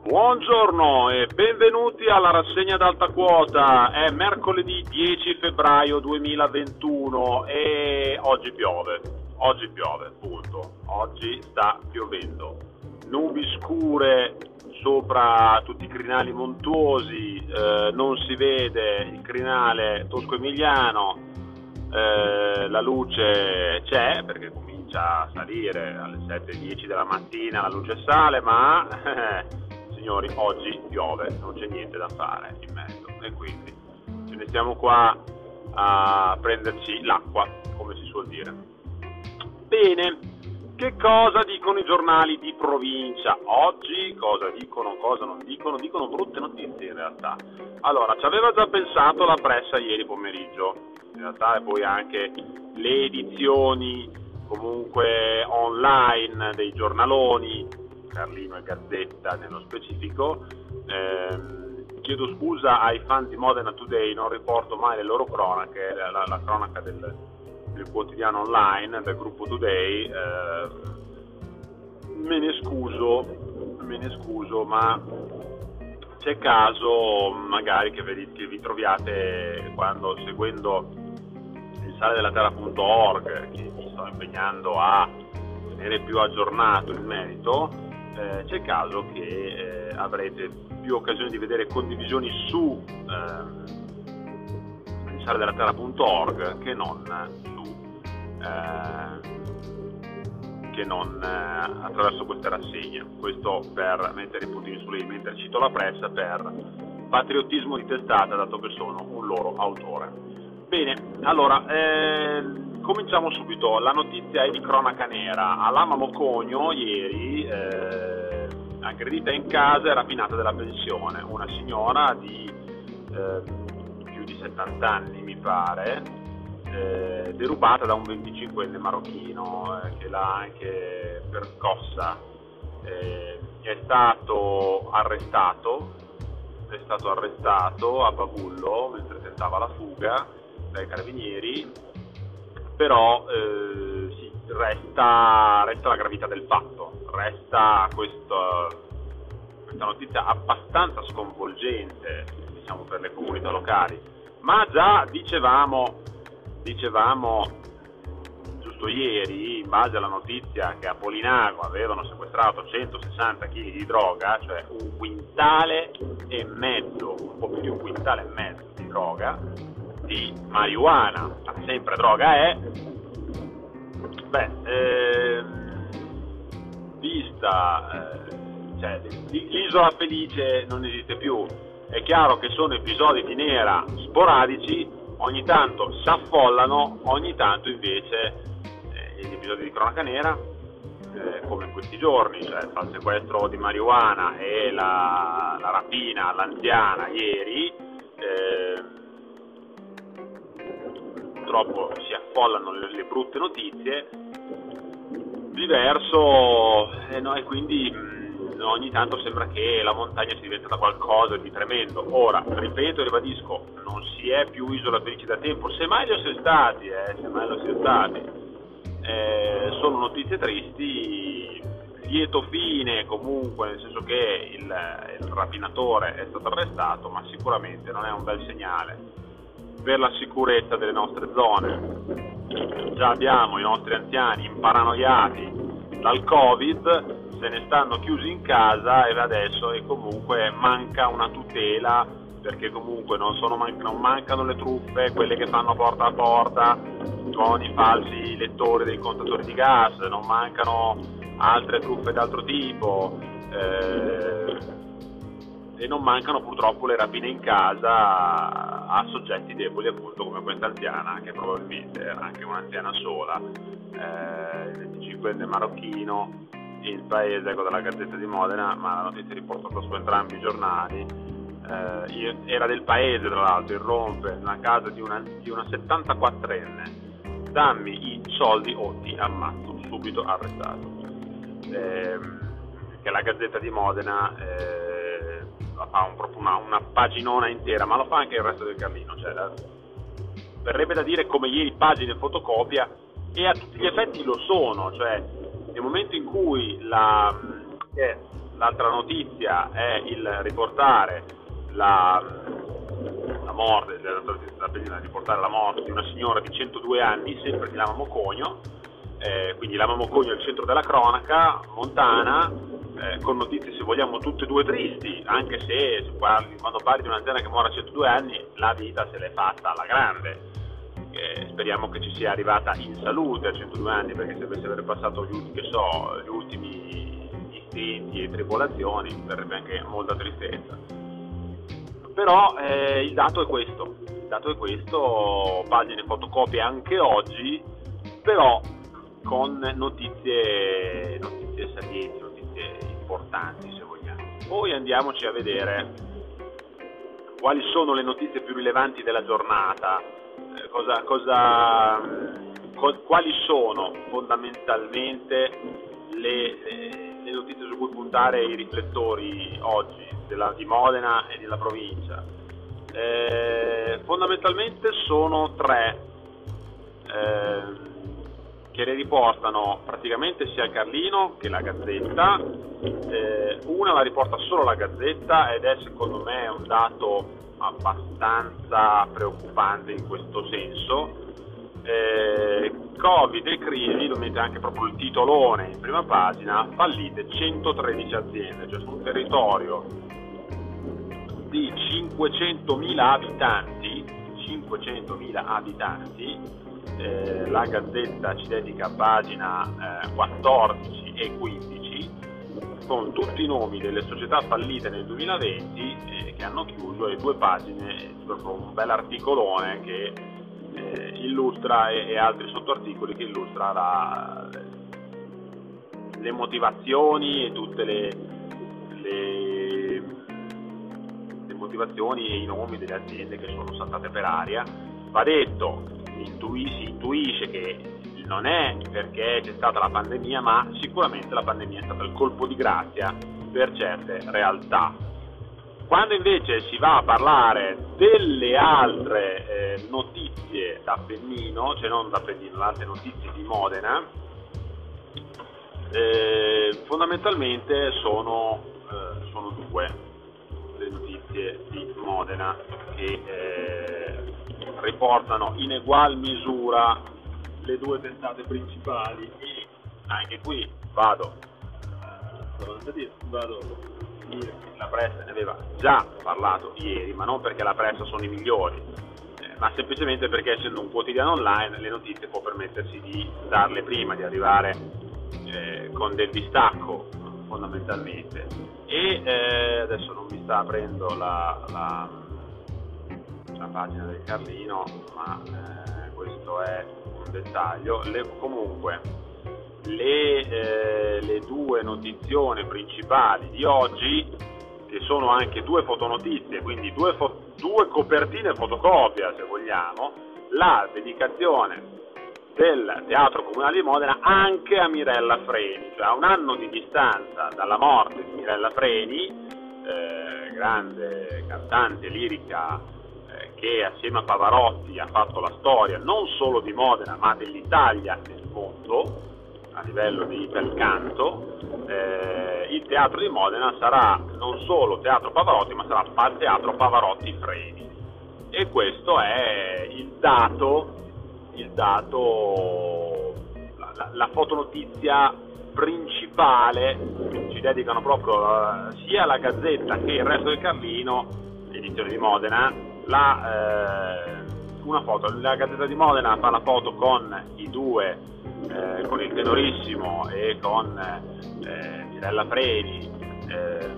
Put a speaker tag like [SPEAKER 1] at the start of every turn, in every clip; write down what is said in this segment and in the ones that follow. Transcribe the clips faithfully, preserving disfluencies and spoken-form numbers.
[SPEAKER 1] Buongiorno e benvenuti alla rassegna d'alta quota. È mercoledì dieci febbraio duemilaventuno e oggi piove. Oggi piove, punto. Oggi sta piovendo. Nubi scure sopra tutti i crinali montuosi, eh, non si vede il crinale tosco-emiliano, eh, la luce c'è perché comincia a salire alle sette e dieci della mattina, la luce sale, ma eh, signori, oggi piove, non c'è niente da fare in mezzo e quindi ce ne stiamo qua a prenderci l'acqua, come si suol dire. Bene, che cosa dicono i giornali di provincia? Oggi cosa dicono, cosa non dicono? Dicono brutte notizie in realtà. Allora, ci aveva già pensato la pressa ieri pomeriggio, in realtà e poi anche le edizioni comunque online dei giornaloni, Carlino e Gazzetta nello specifico. Eh, chiedo scusa ai fan di Modena Today, non riporto mai le loro cronache, la, la, la cronaca del, del quotidiano online, del gruppo Today, eh, me ne scuso, me ne scuso, ma c'è caso magari che vi, che vi troviate quando seguendo il sale della terra punto org, che mi sto impegnando a tenere più aggiornato il merito. Eh, c'è caso che eh, avrete più occasione di vedere condivisioni su eh, il sale della terra punto org che non su eh, che non eh, attraverso queste rassegne. Questo per mettere i puntini sulle i, mentre cito la pressa per patriottismo di testata, dato che sono un loro autore. Bene, allora eh, cominciamo subito. La notizia è di cronaca nera. A Lama Mocogno ieri eh, aggredita in casa e rapinata della pensione una signora di eh, più di settanta anni mi pare, eh, derubata da un venticinquenne marocchino eh, che l'ha anche percossa. Eh, è stato arrestato è stato arrestato a Bavullo mentre tentava la fuga dai carabinieri, però eh, sì, resta, resta la gravità del fatto, resta questo, questa notizia abbastanza sconvolgente, diciamo, per le comunità locali, ma già dicevamo, dicevamo giusto ieri, in base alla notizia che a Polinago avevano sequestrato centosessanta chili di droga, cioè un quintale e mezzo, un po' più di un quintale e mezzo di droga, di marijuana, ma sempre droga è, beh, eh, vista, eh, cioè, l'isola felice non esiste più. È chiaro che sono episodi di nera sporadici, ogni tanto si affollano, ogni tanto invece eh, gli episodi di cronaca nera, eh, come in questi giorni, cioè tra il sequestro di marijuana e la, la rapina all'anziana ieri, eh, purtroppo si affollano le, le brutte notizie, diverso, eh, no, e quindi mh, ogni tanto sembra che la montagna sia diventata qualcosa di tremendo. Ora, ripeto e ribadisco, non si è più isola felice da tempo, semmai lo si è stati, eh, semmai lo si è stati. Eh, sono notizie tristi, lieto fine comunque, nel senso che il, il rapinatore è stato arrestato, ma sicuramente non è un bel segnale per la sicurezza delle nostre zone. Già abbiamo i nostri anziani imparanoiati dal Covid, se ne stanno chiusi in casa e adesso e comunque manca una tutela, perché comunque non, sono man- non mancano le truffe, quelle che fanno porta a porta con i falsi lettori dei contatori di gas, non mancano altre truffe d'altro tipo, eh, e non mancano purtroppo le rapine in casa a soggetti deboli, appunto come questa anziana, che probabilmente era anche un'anziana sola, eh, il venticinquenne marocchino. Il paese, ecco, della Gazzetta di Modena, ma la notizia è riportata su entrambi i giornali, eh, era del paese tra l'altro, irrompe nella casa di una, di una settantaquattrenne, dammi i soldi o ti ammazzo, subito arrestato. Eh, che la Gazzetta di Modena eh, fa un, proprio una, una paginona intera, ma lo fa anche il resto del Carlino, cioè la, verrebbe da dire come ieri pagine fotocopia, e a tutti gli effetti lo sono, cioè nel momento in cui la, eh, l'altra notizia è il riportare la, la morte, la, riportare la morte di una signora di centodue anni, sempre di Lama Mocogno, eh, quindi Lama Mocogno è il centro della cronaca montana, eh, con notizie se vogliamo tutte e due tristi, anche se, se parli, quando parli di un'anziana che muore a centodue anni la vita se l'è fatta alla grande. Eh, speriamo che ci sia arrivata in salute a centodue anni, perché se dovesse aver passato gli, che so, gli ultimi istinti e tribolazioni sarebbe anche molta tristezza. Però eh, il dato è questo, il dato è questo, pagine fotocopie anche oggi, però con notizie, notizie salienti, notizie importanti se vogliamo. Poi andiamoci a vedere quali sono le notizie più rilevanti della giornata. Cosa, cosa, co, quali sono fondamentalmente le, le, le notizie su cui puntare i riflettori oggi della, di Modena e della provincia? Eh, fondamentalmente sono tre eh, che le riportano praticamente sia il Carlino che la Gazzetta. Eh, una la riporta solo la Gazzetta ed è secondo me un dato abbastanza preoccupante in questo senso. eh, Covid e crisi, lo mette anche proprio il titolone in prima pagina, fallite centotredici aziende, cioè su un territorio di cinquecentomila abitanti, cinquecentomila abitanti, eh, la Gazzetta ci dedica pagina eh, quattordici e quindici con tutti i nomi delle società fallite nel duemilaventi eh, che hanno chiuso, e due pagine, proprio un bel articolone che eh, illustra e, e altri sottoarticoli che illustra la, le motivazioni e tutte le, le, le motivazioni e i nomi delle aziende che sono saltate per aria. Va detto, intui, si intuisce che non è perché c'è stata la pandemia, ma sicuramente la pandemia è stata il colpo di grazia per certe realtà. Quando invece si va a parlare delle altre eh, notizie da Appennino, cioè non da Appennino, le altre notizie di Modena, eh, fondamentalmente sono, eh, sono due le notizie di Modena che eh, riportano in egual misura le due testate principali. E anche qui vado vado la Pressa ne aveva già parlato ieri, ma non perché la Pressa sono i migliori, eh, ma semplicemente perché essendo un quotidiano online le notizie può permettersi di darle prima, di arrivare eh, con del distacco fondamentalmente. E eh, adesso non mi sta aprendo la, la, la pagina del Carlino, ma eh, questo è dettaglio. Le, comunque le, eh, le due notizione principali di oggi, che sono anche due fotonotizie, quindi due, fo- due copertine fotocopia se vogliamo, la dedicazione del Teatro Comunale di Modena anche a Mirella Freni, cioè a un anno di distanza dalla morte di Mirella Freni, eh, grande cantante lirica che assieme a Pavarotti ha fatto la storia non solo di Modena ma dell'Italia nel mondo a livello di bel canto. Eh, il Teatro di Modena sarà non solo Teatro Pavarotti ma sarà Teatro Pavarotti Freni, e questo è il dato il dato la, la, la fotonotizia principale. Ci dedicano proprio uh, sia la Gazzetta che il resto del Carlino, edizione di Modena, La, eh, una foto. La Gazzetta di Modena fa la foto con i due, eh, con il tenorissimo e con eh, Mirella Freni, eh,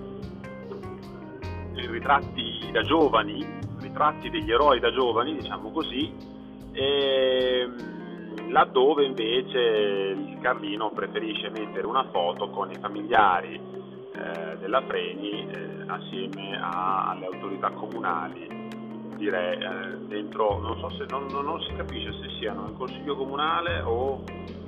[SPEAKER 1] i ritratti da giovani, ritratti degli eroi da giovani, diciamo così, e, laddove invece il Carlino preferisce mettere una foto con i familiari eh, della Freni eh, assieme a, alle autorità comunali. Direi eh, dentro, non so se non, non, non si capisce se siano in consiglio comunale o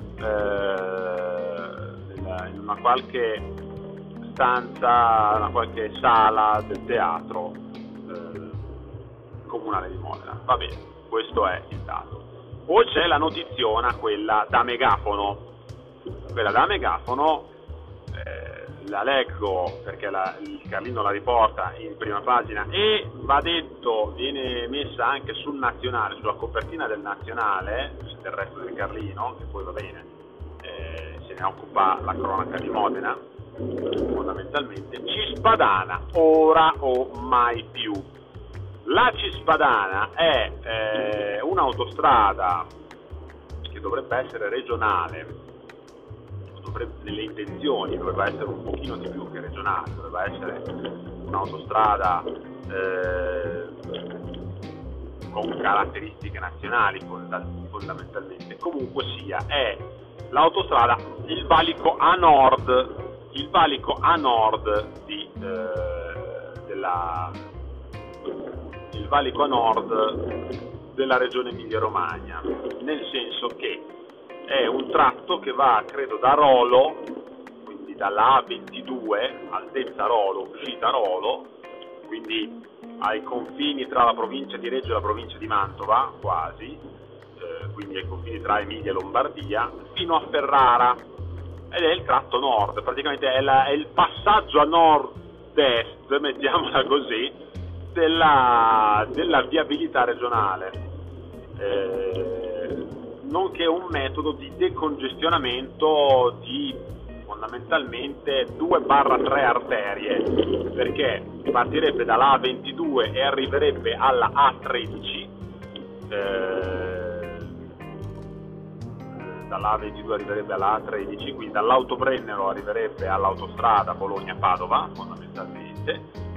[SPEAKER 1] eh, in una qualche stanza, una qualche sala del teatro eh, comunale di Modena. Va bene, questo è il dato. Poi c'è la notiziona, quella da megafono. Quella da megafono, eh, la leggo perché la, il Carlino la riporta in prima pagina e va detto, viene messa anche sul Nazionale, sulla copertina del Nazionale, del resto del Carlino, che poi va bene, eh, se ne occupa la cronaca di Modena, fondamentalmente. Cispadana, ora o mai più. La Cispadana è eh, un'autostrada che dovrebbe essere regionale, dovrebbe, nelle intenzioni dovrebbe essere un pochino di più che regionale, dovrebbe essere un'autostrada eh, con caratteristiche nazionali fondamentalmente. Comunque sia, è l'autostrada, il valico a nord, il valico a nord di, eh, della, il valico a nord della regione Emilia-Romagna, nel senso che è un tratto che va, credo, da Rolo, quindi dalla A ventidue, altezza Rolo, uscita Rolo, quindi ai confini tra la provincia di Reggio e la provincia di Mantova, quasi, eh, quindi ai confini tra Emilia e Lombardia, fino a Ferrara, ed è il tratto nord, praticamente è, la, è il passaggio a nord-est, mettiamola così, della, della viabilità regionale, eh, nonché un metodo di decongestionamento di fondamentalmente due tre arterie, perché partirebbe dalla A ventidue e arriverebbe alla A tredici, eh, dalla A ventidue arriverebbe alla A tredici, quindi dall'Autobrennero arriverebbe all'autostrada Bologna-Padova fondamentalmente,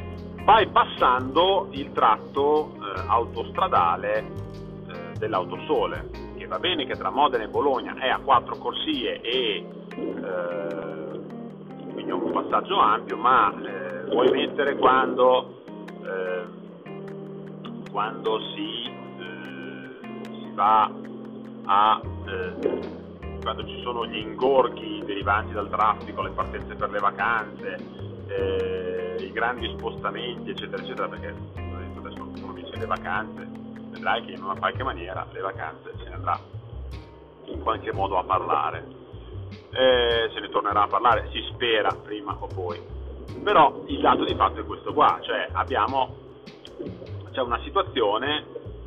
[SPEAKER 1] bypassando il tratto eh, autostradale eh, dell'Autosole, che va bene che tra Modena e Bologna è a quattro corsie e eh, quindi è un passaggio ampio, ma eh, vuoi mettere quando eh, quando si, eh, si va a eh, quando ci sono gli ingorghi derivanti dal traffico, le partenze per le vacanze, eh, i grandi spostamenti eccetera eccetera, perché adesso uno dice le vacanze, vedrai che in una qualche maniera le vacanze se ne andrà in qualche modo a parlare, eh, se ne tornerà a parlare, si spera, prima o poi. Però il dato di fatto è questo qua, cioè abbiamo c'è una situazione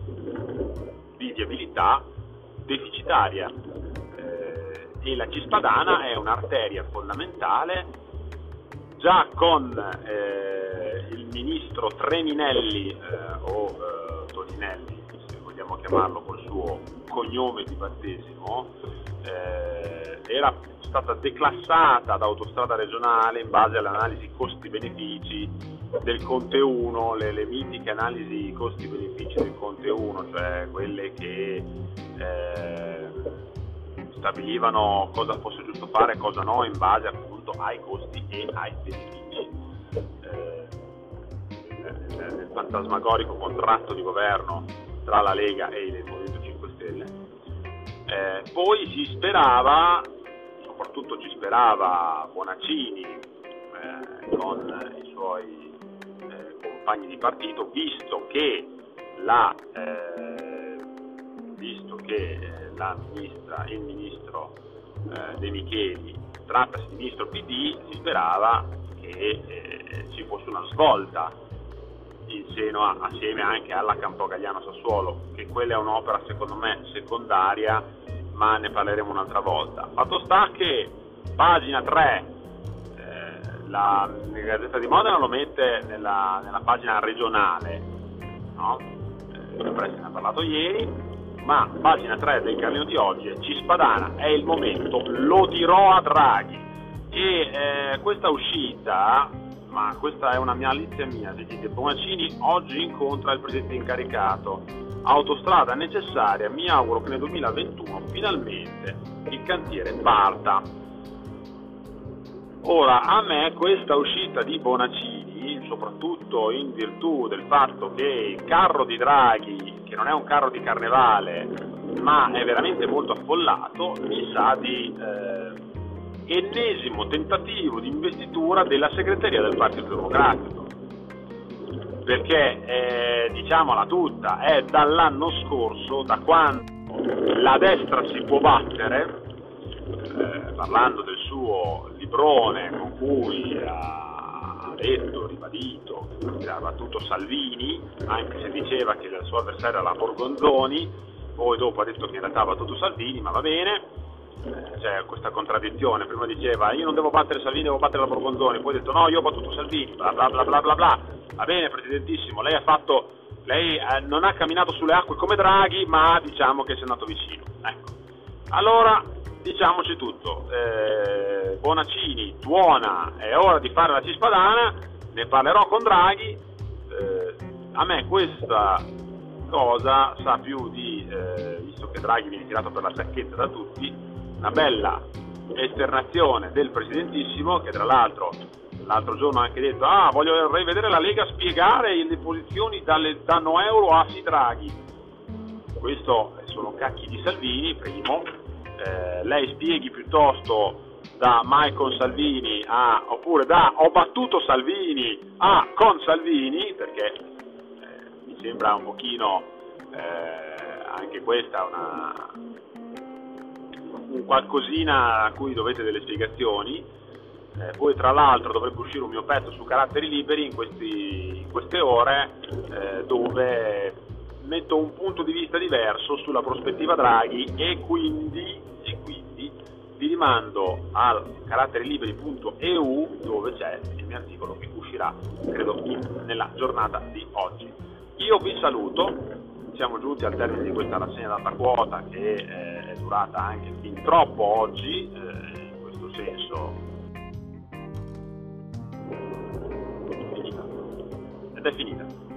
[SPEAKER 1] di viabilità deficitaria, eh, e la Cispadana è un'arteria fondamentale. Già con eh, il ministro Treminelli eh, o eh, Toninelli, se vogliamo chiamarlo col suo cognome di battesimo, eh, era stata declassata da autostrada regionale in base alle analisi costi-benefici del Conte uno, le, le mitiche analisi costi-benefici del Conte uno, cioè quelle che eh, stabilivano cosa fosse giusto fare e cosa no in base appunto ai costi e ai benefici. Eh, nel, nel fantasmagorico contratto di governo tra la Lega e il Movimento cinque Stelle. Eh, poi si sperava, soprattutto ci sperava Bonaccini eh, con i suoi eh, compagni di partito, visto che la eh, visto che la ministra, il ministro eh, De Micheli trattasi di ministro P D, si sperava che eh, ci fosse una svolta in seno a, assieme anche alla Campogalliano Sassuolo, che quella è un'opera secondo me secondaria, ma ne parleremo un'altra volta. Fatto sta che pagina tre, eh, la, la Gazzetta di Modena lo mette nella, nella pagina regionale, no? Eh, ne ha parlato ieri, ma pagina tre del Carlino di oggi è Cispadana, è il momento, lo dirò a Draghi. E eh, questa uscita, ma questa è una mia malizia mia, sentite, Bonaccini oggi incontra il presidente incaricato, autostrada necessaria, mi auguro che nel duemilaventuno finalmente il cantiere parta. Ora, a me questa uscita di Bonaccini, soprattutto in virtù del fatto che il carro di Draghi, che non è un carro di carnevale, ma è veramente molto affollato, mi sa di eh, ennesimo tentativo di investitura della segreteria del Partito Democratico, perché eh, diciamola tutta, è dall'anno scorso, da quando la destra si può battere, eh, parlando del suo librone con cui ha detto, ribadito, che ha battuto Salvini, anche se diceva che il suo avversario era la Borgonzoni, poi dopo ha detto che in realtà ha battuto Salvini, ma va bene. C'è questa contraddizione, prima diceva io non devo battere Salvini, devo battere la Borgonzoni, poi ha detto no, io ho battuto Salvini, bla bla bla bla bla bla. Va bene, Presidentissimo, lei ha fatto, lei eh, non ha camminato sulle acque come Draghi, ma diciamo che si è andato vicino. Ecco. Allora, diciamoci tutto, eh, Bonaccini, tuona, è ora di fare la cispadana, ne parlerò con Draghi, eh, a me questa cosa sa più di, eh, visto che Draghi viene tirato per la giacchetta da tutti, una bella esternazione del Presidentissimo, che tra l'altro l'altro giorno ha anche detto ah voglio rivedere la Lega spiegare le posizioni dalle, da no euro a sì Draghi. Questo sono cacchi di Salvini, primo. Eh, lei spieghi piuttosto da mai con Salvini a, oppure da ho battuto Salvini a con Salvini, perché eh, mi sembra un pochino eh, anche questa una un qualcosina a cui dovete delle spiegazioni. Eh, poi tra l'altro dovrebbe uscire un mio pezzo su caratteri liberi in, questi, in queste ore eh, dove metto un punto di vista diverso sulla prospettiva Draghi e quindi, e quindi vi rimando al caratteriliberi punto e u dove c'è il mio articolo che uscirà credo in, nella giornata di oggi. Io vi saluto. Siamo giunti al termine di questa rassegna d'alta quota che eh, è durata anche fin troppo oggi, eh, in questo senso è finita, ed è finita.